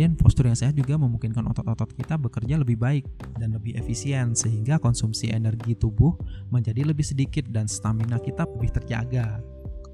kemudian postur yang sehat juga memungkinkan otot-otot kita bekerja lebih baik dan lebih efisien sehingga konsumsi energi tubuh menjadi lebih sedikit dan stamina kita lebih terjaga.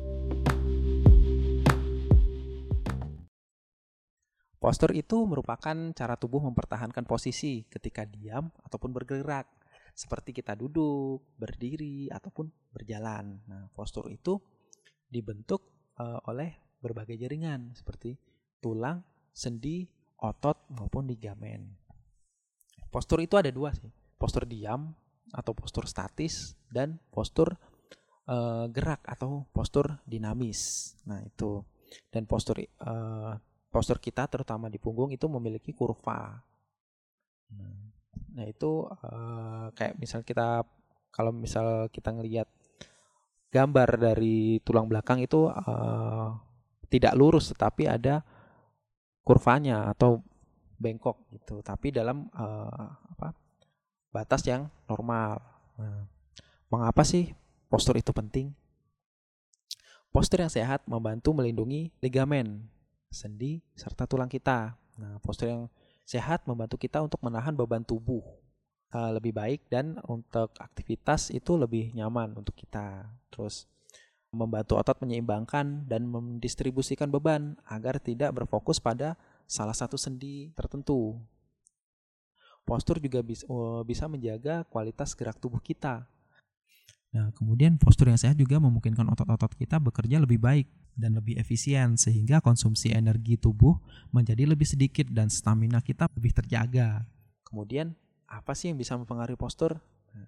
Postur itu merupakan cara tubuh mempertahankan posisi ketika diam ataupun bergerak, seperti kita duduk, berdiri, ataupun berjalan. Nah, postur itu dibentuk oleh berbagai jaringan seperti tulang, sendi, otot, maupun ligamen. Postur itu ada dua sih, postur diam atau postur statis dan postur gerak atau postur dinamis. Nah, itu. Dan postur kita terutama di punggung itu memiliki kurva. Nah, itu kayak kalau misal kita ngelihat gambar dari tulang belakang itu tidak lurus tetapi ada kurvanya atau bengkok gitu, tapi dalam batas yang normal. Nah, mengapa sih postur itu penting? Postur yang sehat membantu melindungi ligamen, sendi, serta tulang kita. Nah, postur yang sehat membantu kita untuk menahan beban tubuh lebih baik dan untuk aktivitas itu lebih nyaman untuk kita. Terus membantu otot menyeimbangkan dan mendistribusikan beban agar tidak berfokus pada salah satu sendi tertentu. Postur juga bisa menjaga kualitas gerak tubuh kita. Nah, kemudian postur yang sehat juga memungkinkan otot-otot kita bekerja lebih baik dan lebih efisien sehingga konsumsi energi tubuh menjadi lebih sedikit dan stamina kita lebih terjaga. Kemudian apa sih yang bisa mempengaruhi postur?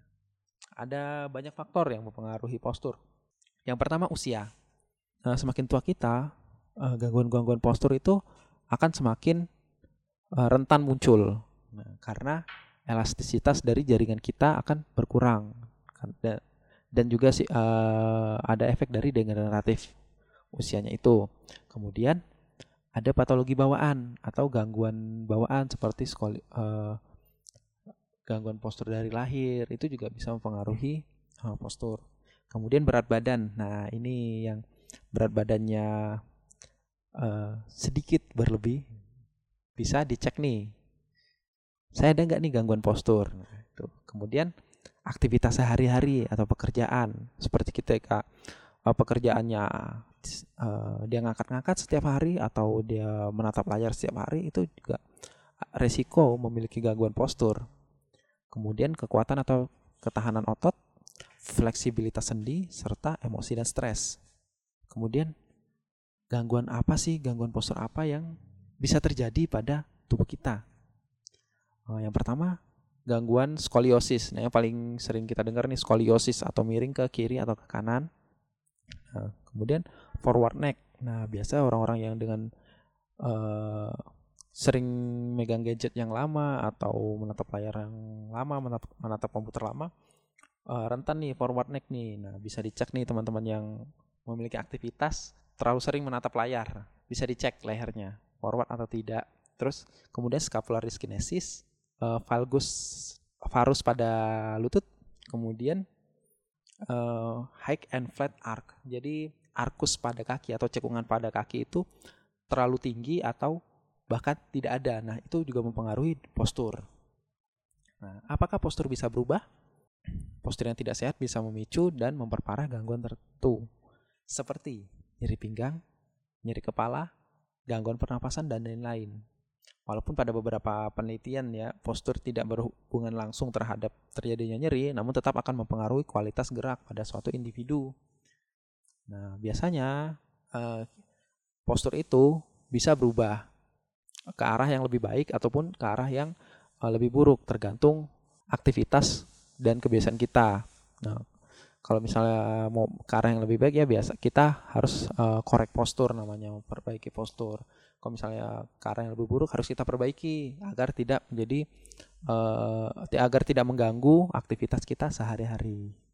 Ada banyak faktor yang mempengaruhi postur. Yang pertama, usia. Semakin tua kita, gangguan-gangguan postur itu akan semakin rentan muncul. Nah, karena elastisitas dari jaringan kita akan berkurang. Dan juga ada efek dari degeneratif usianya itu. Kemudian ada patologi bawaan atau gangguan bawaan seperti gangguan postur dari lahir, itu juga bisa mempengaruhi postur. Kemudian berat badan. Nah, ini yang berat badannya sedikit berlebih, bisa dicek nih, saya ada nggak nih gangguan postur. Nah, itu. Kemudian aktivitas sehari-hari atau pekerjaan, seperti kita pekerjaannya dia ngangkat-ngangkat setiap hari atau dia menatap layar setiap hari, itu juga resiko memiliki gangguan postur. Kemudian kekuatan atau ketahanan otot, fleksibilitas sendi, serta emosi dan stres. Kemudian gangguan postur apa yang bisa terjadi pada tubuh kita? Yang pertama, gangguan skoliosis. Nah, yang paling sering kita dengar nih, skoliosis atau miring ke kiri atau ke kanan. Nah, kemudian forward neck. Nah, biasa orang-orang yang dengan sering megang gadget yang lama atau menatap layar yang lama, menatap komputer lama, rentan nih forward neck nih. Nah, bisa dicek nih teman-teman yang memiliki aktivitas terlalu sering menatap layar, bisa dicek lehernya forward atau tidak. Terus kemudian scapular dyskinesis, varus pada lutut, kemudian high and flat arc. Jadi arkus pada kaki atau cekungan pada kaki itu terlalu tinggi atau bahkan tidak ada. Nah, itu juga mempengaruhi postur. Nah, apakah postur bisa berubah? Postur yang tidak sehat bisa memicu dan memperparah gangguan tertentu, seperti nyeri pinggang, nyeri kepala, gangguan pernapasan, dan lain-lain. Walaupun pada beberapa penelitian ya, postur tidak berhubungan langsung terhadap terjadinya nyeri, namun tetap akan mempengaruhi kualitas gerak pada suatu individu. Nah, biasanya postur itu bisa berubah ke arah yang lebih baik ataupun ke arah yang lebih buruk, tergantung aktivitas dan kebiasaan kita. Nah, kalau misalnya mau ke arah yang lebih baik ya biasa kita harus korek postur, namanya memperbaiki postur. Kalau misalnya ke arah yang lebih buruk harus kita perbaiki agar tidak menjadi agar tidak mengganggu aktivitas kita sehari-hari.